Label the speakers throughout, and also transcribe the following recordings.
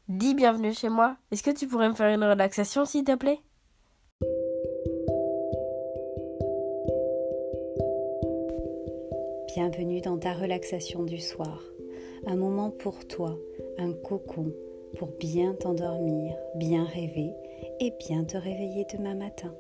Speaker 1: Dis bienvenue chez moi. Est-ce que tu pourrais me faire une relaxation s'il te plaît?
Speaker 2: Bienvenue dans ta relaxation du soir. Un moment pour toi, un cocon pour bien t'endormir, bien rêver et bien te réveiller demain matin.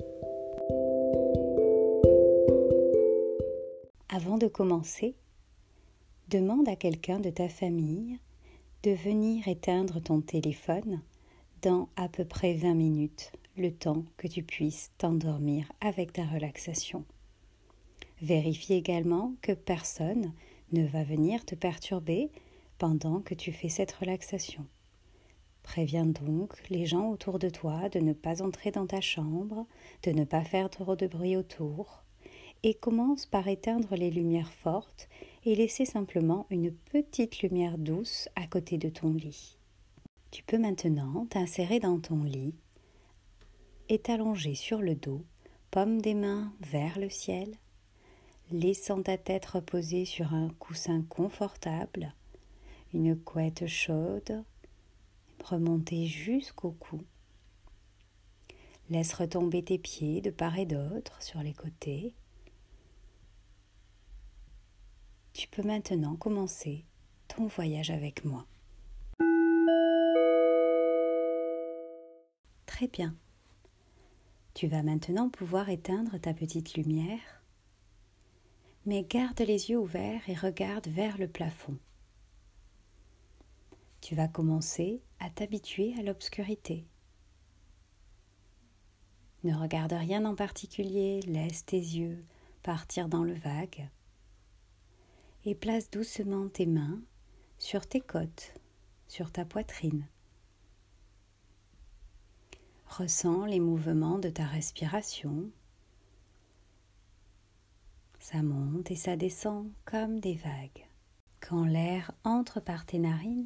Speaker 2: Avant de commencer, demande à quelqu'un de ta famille de venir éteindre ton téléphone dans à peu près 20 minutes, le temps que tu puisses t'endormir avec ta relaxation. Vérifie également que personne ne va venir te perturber pendant que tu fais cette relaxation. Préviens donc les gens autour de toi de ne pas entrer dans ta chambre, de ne pas faire trop de bruit autour, et commence par éteindre les lumières fortes et laisser simplement une petite lumière douce à côté de ton lit. Tu peux maintenant t'insérer dans ton lit et t'allonger sur le dos, paume des mains vers le ciel, laissant ta tête reposer sur un coussin confortable, une couette chaude, remonter jusqu'au cou. Laisse retomber tes pieds de part et d'autre sur les côtés. Tu peux maintenant commencer ton voyage avec moi. Très bien. Tu vas maintenant pouvoir éteindre ta petite lumière, mais garde les yeux ouverts et regarde vers le plafond. Tu vas commencer à t'habituer à l'obscurité. Ne regarde rien en particulier, laisse tes yeux partir dans le vague et place doucement tes mains sur tes côtes, sur ta poitrine. Ressens les mouvements de ta respiration. Ça monte et ça descend comme des vagues. Quand l'air entre par tes narines,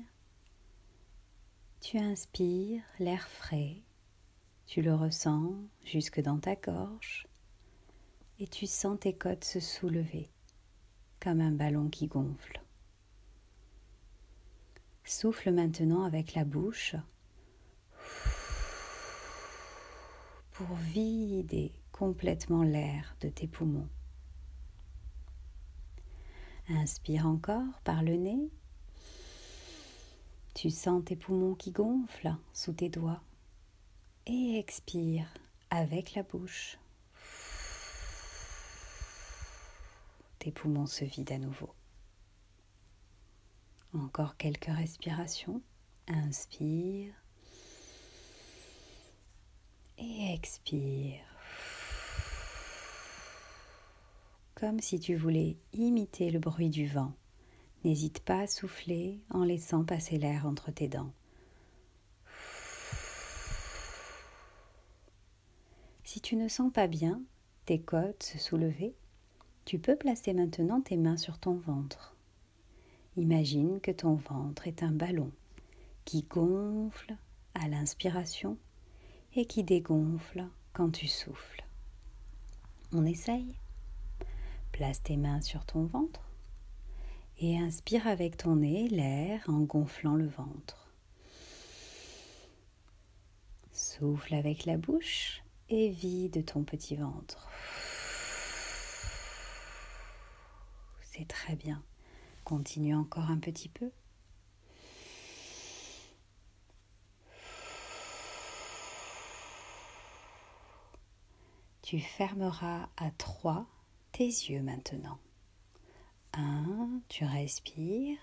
Speaker 2: tu inspires l'air frais, tu le ressens jusque dans ta gorge et tu sens tes côtes se soulever comme un ballon qui gonfle. Souffle maintenant avec la bouche pour vider complètement l'air de tes poumons. Inspire encore par le nez. Tu sens tes poumons qui gonflent sous tes doigts. Et expire avec la bouche. Tes poumons se vident à nouveau. Encore quelques respirations. Inspire. Et expire. Comme si tu voulais imiter le bruit du vent. N'hésite pas à souffler en laissant passer l'air entre tes dents. Si tu ne sens pas bien tes côtes se soulever, tu peux placer maintenant tes mains sur ton ventre. Imagine que ton ventre est un ballon qui gonfle à l'inspiration et qui dégonfle quand tu souffles. On essaye? Place tes mains sur ton ventre et inspire avec ton nez l'air en gonflant le ventre. Souffle avec la bouche et vide ton petit ventre. C'est très bien. Continue encore un petit peu. Tu fermeras à 3 tes yeux maintenant. 1, tu respires.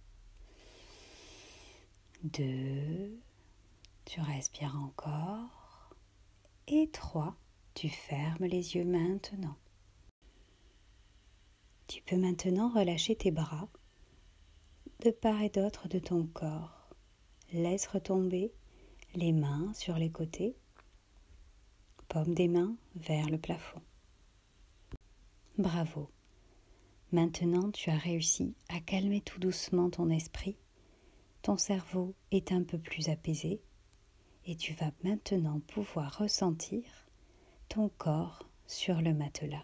Speaker 2: 2, tu respires encore. Et 3, tu fermes les yeux maintenant. Tu peux maintenant relâcher tes bras de part et d'autre de ton corps. Laisse retomber les mains sur les côtés, paume des mains vers le plafond. Bravo! Maintenant, tu as réussi à calmer tout doucement ton esprit. Ton cerveau est un peu plus apaisé et tu vas maintenant pouvoir ressentir ton corps sur le matelas.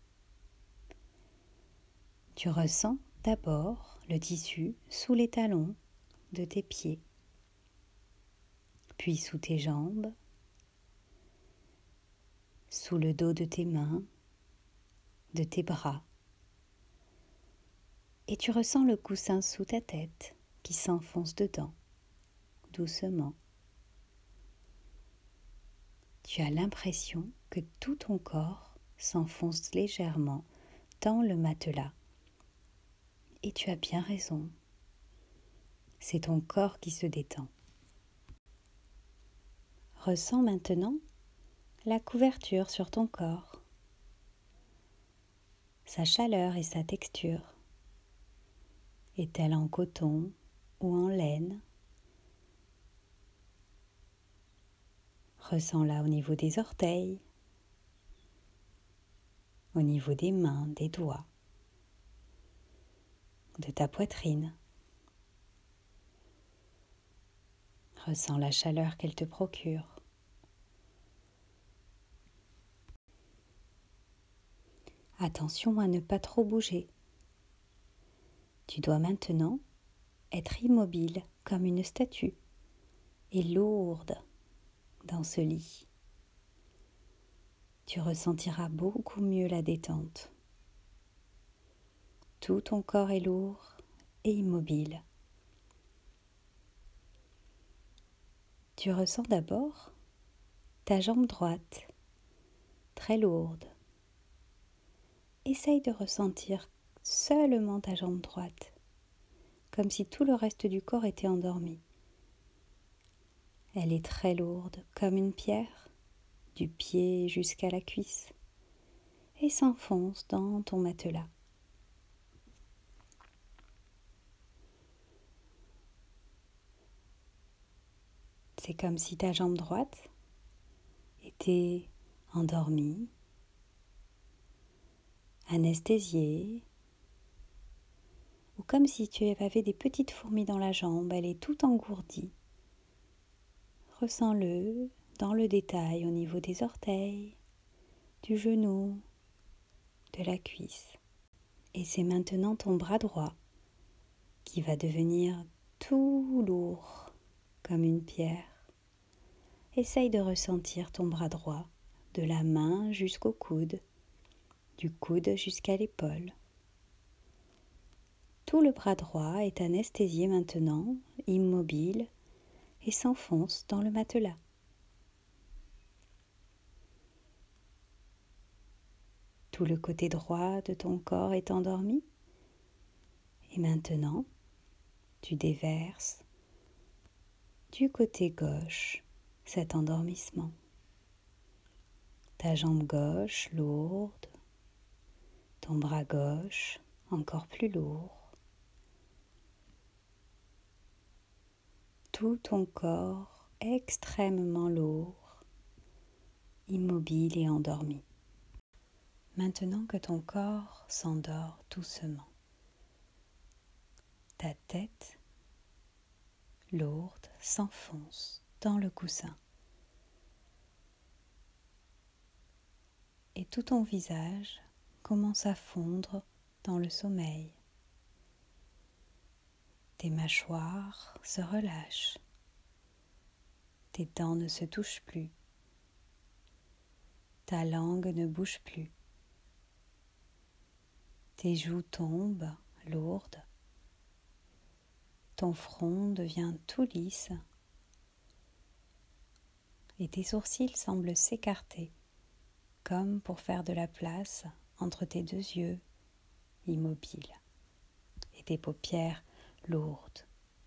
Speaker 2: Tu ressens d'abord le tissu sous les talons de tes pieds. puis sous tes jambes, sous le dos de tes mains, de tes bras. Et tu ressens le coussin sous ta tête qui s'enfonce dedans, doucement. Tu as l'impression que tout ton corps s'enfonce légèrement dans le matelas. Et tu as bien raison. C'est ton corps qui se détend. Ressens maintenant la couverture sur ton corps, sa chaleur et sa texture. Est-elle en coton ou en laine? Ressens-la au niveau des orteils, au niveau des mains, des doigts, de ta poitrine. Ressens la chaleur qu'elle te procure. Attention à ne pas trop bouger. Tu dois maintenant être immobile comme une statue et lourde dans ce lit. Tu ressentiras beaucoup mieux la détente. Tout ton corps est lourd et immobile. Tu ressens d'abord ta jambe droite, très lourde. Essaye de ressentir seulement ta jambe droite, comme si tout le reste du corps était endormi. Elle est très lourde, comme une pierre, du pied jusqu'à la cuisse, et s'enfonce dans ton matelas. C'est comme si ta jambe droite était endormie, anesthésiée, ou comme si tu avais des petites fourmis dans la jambe, elle est toute engourdie. Ressens-le dans le détail au niveau des orteils, du genou, de la cuisse. Et c'est maintenant ton bras droit qui va devenir tout lourd comme une pierre. Essaye de ressentir ton bras droit, de la main jusqu'au coude, du coude jusqu'à l'épaule. Tout le bras droit est anesthésié maintenant, immobile, et s'enfonce dans le matelas. Tout le côté droit de ton corps est endormi. Et maintenant, tu déverses du côté gauche cet endormissement. Ta jambe gauche lourde, ton bras gauche encore plus lourd. Tout ton corps extrêmement lourd, immobile et endormi. Maintenant que ton corps s'endort doucement, ta tête lourde s'enfonce dans le coussin et tout ton visage commence à fondre dans le sommeil. Tes mâchoires se relâchent, tes dents ne se touchent plus, ta langue ne bouge plus, tes joues tombent lourdes, ton front devient tout lisse et tes sourcils semblent s'écarter comme pour faire de la place entre tes deux yeux immobiles et tes paupières lourdes.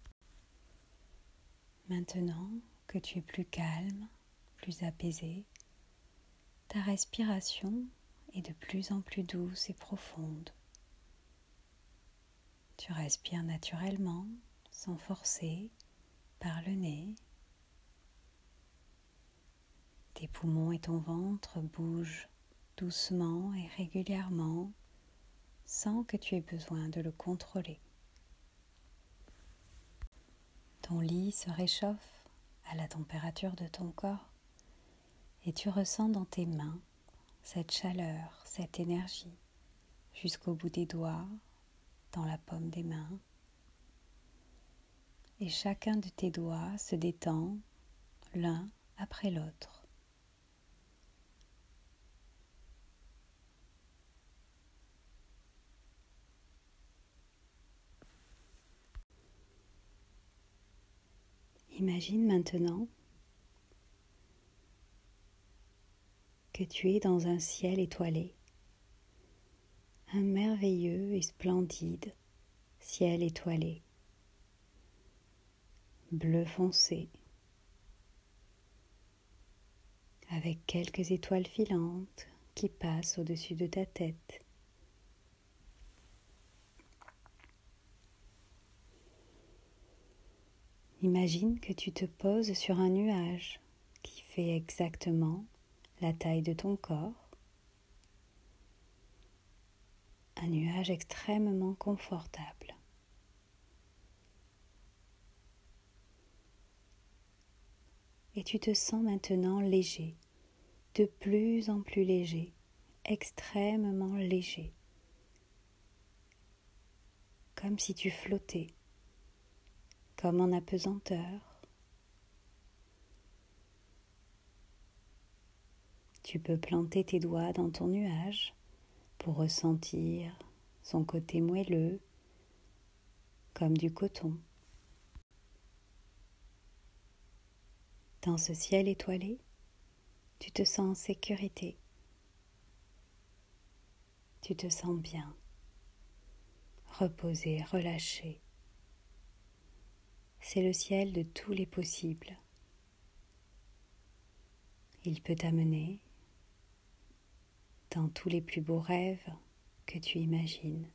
Speaker 2: Maintenant que tu es plus calme, plus apaisé, ta respiration est de plus en plus douce et profonde. Tu respires naturellement, sans forcer, par le nez. Tes poumons et ton ventre bougent doucement et régulièrement, sans que tu aies besoin de le contrôler. Ton lit se réchauffe à la température de ton corps et tu ressens dans tes mains cette chaleur, cette énergie, jusqu'au bout des doigts, dans la paume des mains. Et chacun de tes doigts se détend l'un après l'autre. Imagine maintenant que tu es dans un ciel étoilé, un merveilleux et splendide ciel étoilé, bleu foncé, avec quelques étoiles filantes qui passent au-dessus de ta tête. Imagine que tu te poses sur un nuage qui fait exactement la taille de ton corps, un nuage extrêmement confortable. Et tu te sens maintenant léger, de plus en plus léger, extrêmement léger, comme si tu flottais, comme en apesanteur. Tu peux planter tes doigts dans ton nuage pour ressentir son côté moelleux, comme du coton. Dans ce ciel étoilé, tu te sens en sécurité. Tu te sens bien, reposé, relâché. C'est le ciel de tous les possibles. Il peut t'amener dans tous les plus beaux rêves que tu imagines.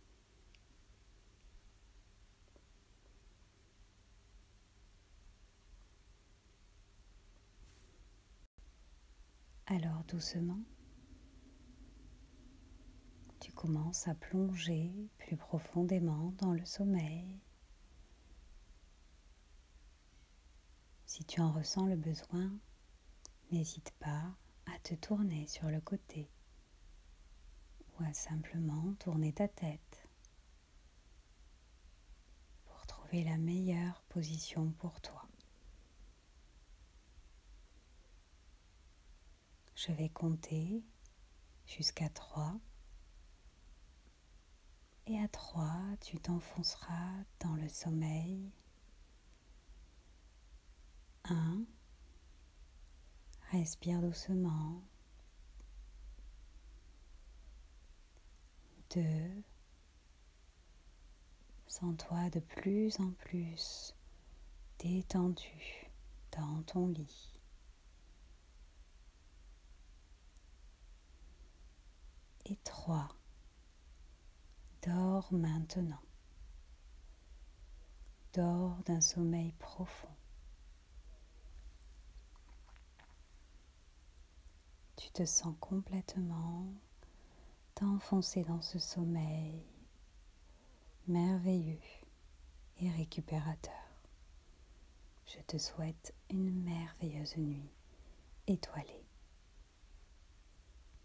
Speaker 2: Alors doucement, tu commences à plonger plus profondément dans le sommeil. Si tu en ressens le besoin, n'hésite pas à te tourner sur le côté ou à simplement tourner ta tête pour trouver la meilleure position pour toi. Je vais compter jusqu'à 3 et à 3, tu t'enfonceras dans le sommeil. 1, respire doucement. 2, sens-toi de plus en plus détendu dans ton lit. Et 3, dors maintenant. Dors d'un sommeil profond. Tu te sens complètement t'enfoncer dans ce sommeil merveilleux et récupérateur. Je te souhaite une merveilleuse nuit étoilée.